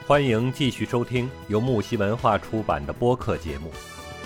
欢迎继续收听由木西文化出版的播客节目。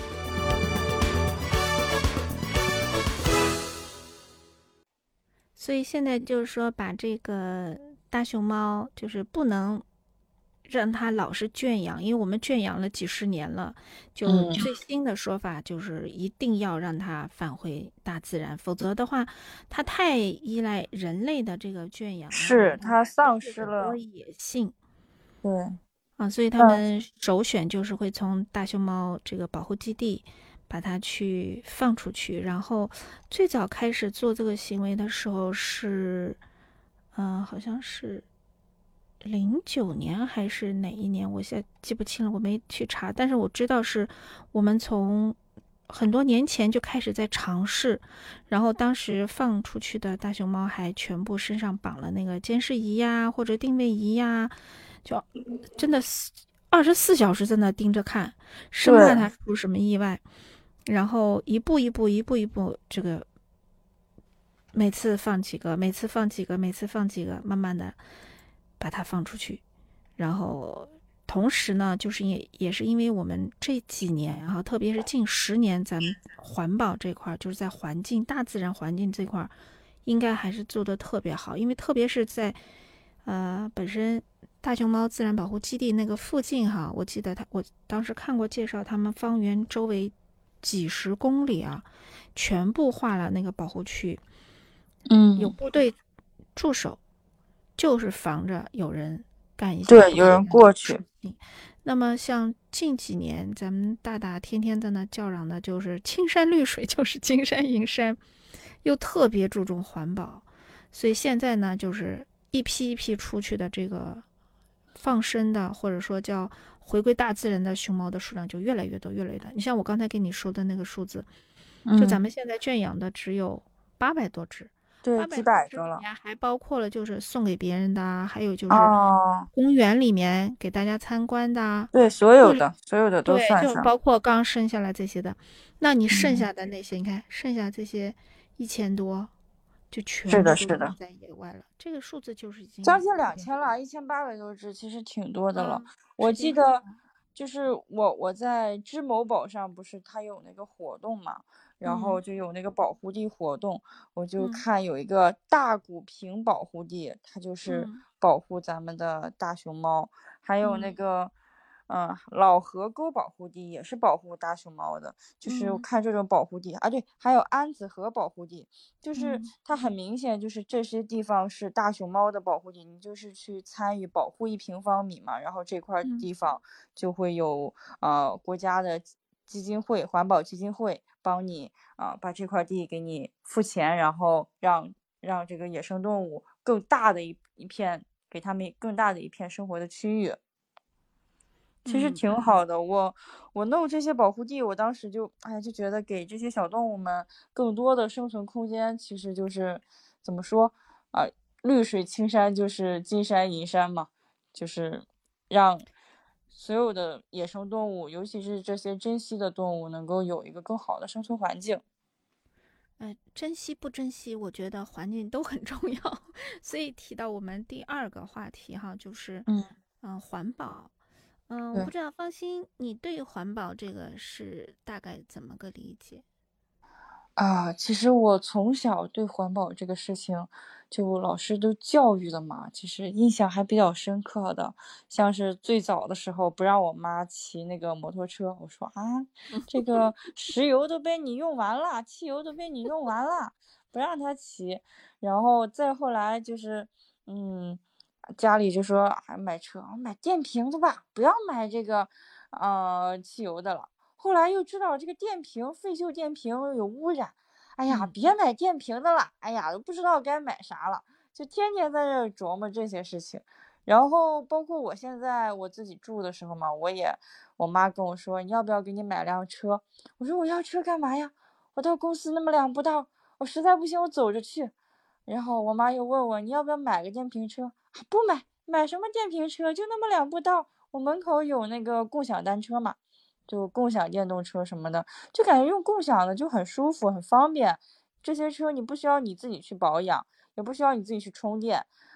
所以现在就是说，把这个大熊猫就是不能让它老是圈养，因为我们圈养了几十年了，就最新的说法就是一定要让它返回大自然，否则的话，它太依赖人类的这个圈养， 是它丧失很多了。 野性。 对啊，所以他们首选就是会从大熊猫这个保护基地把它去放出去。然后最早开始做这个行为的时候是，好像是09年还是哪一年，我现在记不清了，我没去查。但是我知道是我们从很多年前就开始在尝试，然后当时放出去的大熊猫还全部身上绑了那个监视仪呀，或者定位仪呀。就真的24小时在那盯着看，生怕它出什么意外，然后一步一步这个每次放几个，慢慢的把它放出去。然后同时呢，就是也是因为我们这几年，然后特别是近10年，咱们环保这块，就是在大自然环境这块应该还是做得特别好。因为特别是在本身大熊猫自然保护基地那个附近哈，我记得我当时看过介绍，他们方圆周围几十公里啊，全部划了那个保护区，有部队驻守，就是防着有人干一些对，有人过去。 那么像近几年咱们大大天天在那叫嚷的就是青山绿水就是金山银山，又特别注重环保，所以现在呢就是一批一批出去的这个放生的，或者说叫回归大自然的熊猫的数量就越来越多。你像我刚才跟你说的那个数字，就咱们现在圈养的只有800多只， 对，几百个了， 还包括了就是送给别人的，还有就是公园里面给大家参观的， 对，所有的都算对， 上， 就包括刚生下来这些的。那你剩下的那些，你看剩下这些1000多。就全部都在野外了，这个数字就是已经将近2000了，1800多只，其实挺多的了。我记得就是我在知某宝上，不是它有那个活动嘛，然后就有那个保护地活动，我就看有一个大古坪保护地，它就是保护咱们的大熊猫，还有那个老河沟保护地也是保护大熊猫的，就是我看这种保护地啊，对，还有安子河保护地，就是它很明显就是这些地方是大熊猫的保护地，你就是去参与保护1平方米嘛，然后这块地方就会有国家的基金会、环保基金会帮你把这块地给你付钱，然后让这个野生动物更大的一片，给他们更大的一片生活的区域。其实挺好的，我弄这些保护地，我当时就觉得给这些小动物们更多的生存空间，其实就是怎么说绿水青山就是金山银山嘛，就是让所有的野生动物，尤其是这些珍稀的动物，能够有一个更好的生存环境。 珍惜不珍惜，我觉得环境都很重要。所以提到我们第2个话题哈，就是环保。我不知道方欣，你对环保这个是大概怎么个理解？ 其实我从小对环保这个事情，就老师都教育的嘛，其实印象还比较深刻的。像是最早的时候，不让我妈骑那个摩托车，我说这个石油都被你用完了，汽油都被你用完了，不让她骑。然后再后来就是，家里就说买车，买电瓶的吧，不要买这个汽油的了。后来又知道这个废旧电瓶有污染，别买电瓶的了，都不知道该买啥了，就天天在这琢磨这些事情。然后包括我现在我自己住的时候嘛，我妈跟我说，你要不要给你买辆车？我说我要车干嘛呀？我到公司那么2步道，我实在不行我走着去。然后我妈又问我，你要不要买个电瓶车？不买什么电瓶车？就那么2步道，我门口有那个共享单车嘛，就共享电动车什么的，就感觉用共享的就很舒服很方便。这些车你不需要你自己去保养，也不需要你自己去充电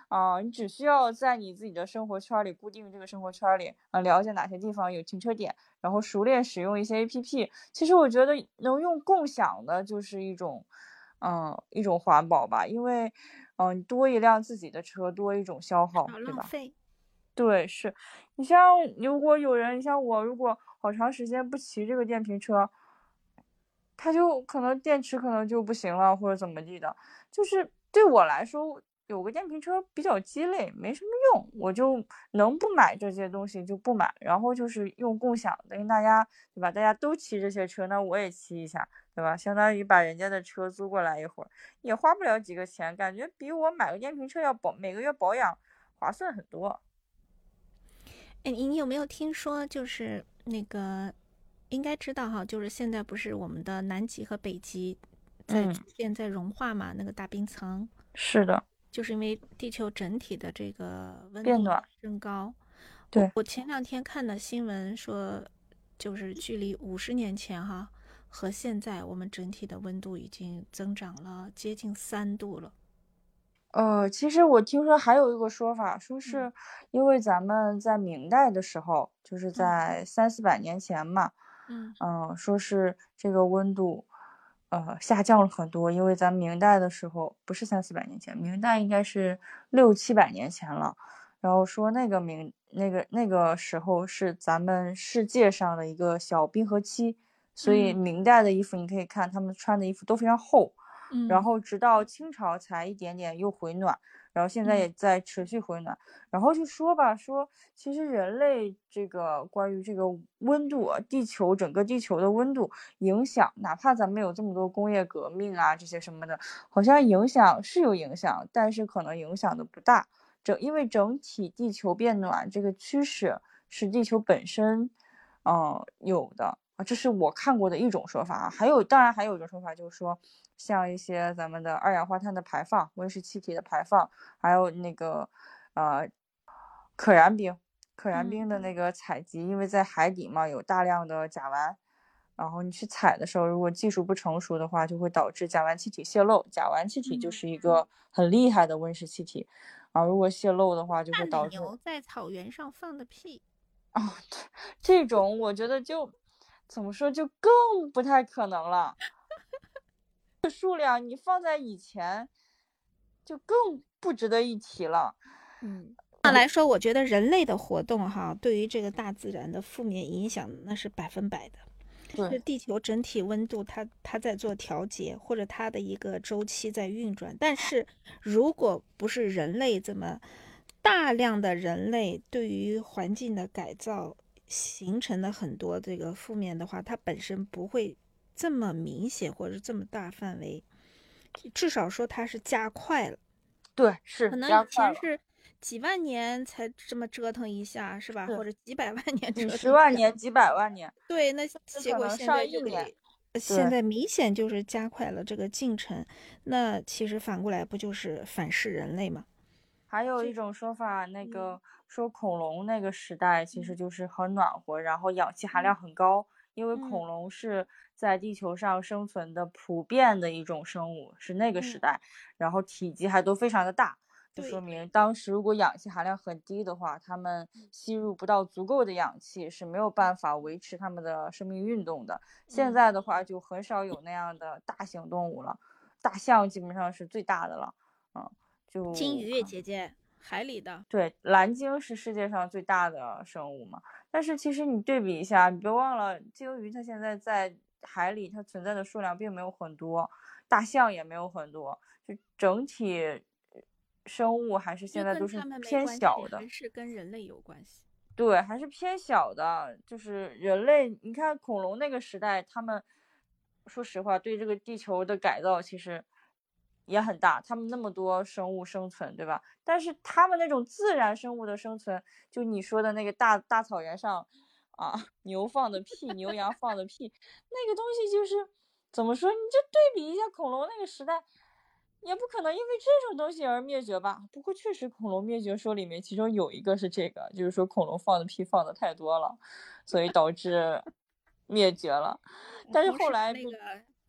你只需要在你自己的生活圈里固定这个生活圈里，了解哪些地方有停车点，然后熟练使用一些 APP。其实我觉得能用共享的就是一种环保吧，因为你多一辆自己的车，多一种消耗， 少对吧？ 浪费。 对，是你像如果有人，你像我，如果好长时间不骑这个电瓶车，它就可能电池可能就不行了，或者怎么地的。就是对我来说，有个电瓶车比较鸡肋，没什么用，我就能不买这些东西就不买，然后就是用共享，等于大家对吧？大家都骑这些车，那我也骑一下，对吧？相当于把人家的车租过来一会儿，也花不了几个钱，感觉比我买个电瓶车要每个月保养划算很多。 哎，你有没有听说，就是那个应该知道哈，就是现在不是我们的南极和北极在逐渐在融化嘛，那个大冰层。 是的， 就是因为地球整体的这个温度变暖。 升高。 对， 我前2天看的新闻说，就是距离50年前哈和现在，我们整体的温度已经增长了接近3度了。 其实我听说还有一个说法，说是因为咱们在明代的时候，就是在300-400年前嘛，说是这个温度，下降了很多，因为咱们明代的时候不是300-400年前，明代应该是600-700年前了，然后说那个时候是咱们世界上的一个小冰河期，所以明代的衣服你可以看他们穿的衣服都非常厚。然后直到清朝才一点点又回暖，然后现在也在持续回暖。然后就说吧，说其实人类这个关于这个温度，整个地球的温度影响，哪怕咱们有这么多工业革命啊这些什么的，好像影响是有影响，但是可能影响的不大。因为整体地球变暖这个趋势是地球本身有的。这是我看过的一种说法啊，当然还有一种说法就是说，像一些咱们的二氧化碳的排放、温室气体的排放，还有那个可燃冰的那个采集，因为在海底嘛有大量的甲烷，然后你去采的时候，如果技术不成熟的话，就会导致甲烷气体泄漏。甲烷气体就是一个很厉害的温室气体如果泄漏的话，就会导致大奶牛在草原上放的屁。 这种我觉得就怎么说，就更不太可能了。数量你放在以前，就更不值得一提了。 这样来说，我觉得人类的活动哈，对于这个大自然的负面影响那是100%的。 对， 地球整体温度它在做调节，或者它的一个周期在运转。但是如果不是人类这么大量的人类对于环境的改造形成的很多这个负面的话，它本身不会这么明显或者这么大范围，至少说它是加快了。 对，是可能以前是几万年才这么折腾一下，是吧？或者几百万年折腾， 几十万年、几百万年。 对，那结果现在就现在明显就是加快了这个进程。那其实反过来不就是反噬人类吗？ 还有一种说法，那个说恐龙那个时代其实就是很暖和，然后氧气含量很高，因为恐龙是在地球上生存的普遍的一种生物，是那个时代，然后体积还都非常的大，就说明当时如果氧气含量很低的话，它们吸入不到足够的氧气，是没有办法维持它们的生命运动的。现在的话就很少有那样的大型动物了，大象基本上是最大的了， 鲸鱼姐姐，海里的。 对，蓝鲸是世界上最大的生物嘛。但是其实你对比一下，你别忘了，鲸鱼它现在在海里它存在的数量并没有很多，大象也没有很多，就整体生物还是现在都是偏小的， 还是跟人类有关系。 对，还是偏小的。就是人类，你看恐龙那个时代，他们说实话对这个地球的改造其实也很大，他们那么多生物生存，对吧？但是他们那种自然生物的生存，就你说的那个大草原上牛放的屁，牛羊放的屁，那个东西就是怎么说？你就对比一下恐龙那个时代，也不可能因为这种东西而灭绝吧。不过确实恐龙灭绝说里面其中有一个是这个，就是说恐龙放的屁放的太多了，所以导致灭绝了。但是后来那个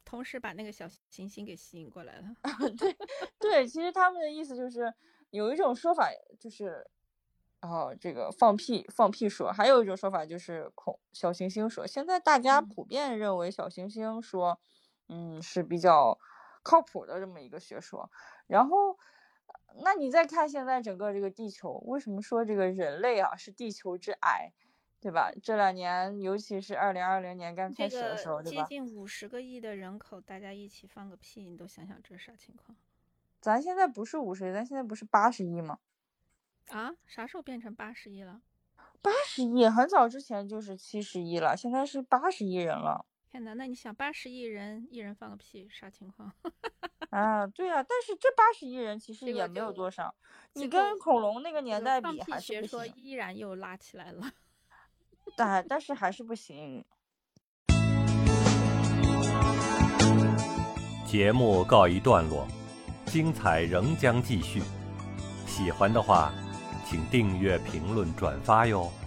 同时把那个小行星给吸引过来了。 对，其实他们的意思就是有一种说法就是这个放屁说，还有一种说法就是小行星说。现在大家普遍认为小行星说是比较靠谱的这么一个学说。然后那你再看现在整个这个地球，为什么说这个人类是地球之癌，对吧？这2年尤其是2020年刚开始的时候，对吧？ 接近50个亿的人口，大家一起放个屁，你都想想这是啥情况？ 咱现在不是50亿，咱现在不是80亿吗？ 啥时候变成80亿了 ？80亿，很早之前就是70亿了，现在是80亿人了。 天哪，那你想80亿人，一人放个屁，啥情况？ 对啊，但是这80亿人其实也没有多少，你跟恐龙那个年代比还是不行。 放屁学说依然又拉起来了。 但是还是不行。 节目告一段落，精彩仍将继续。喜欢的话，请订阅、评论、转发哟。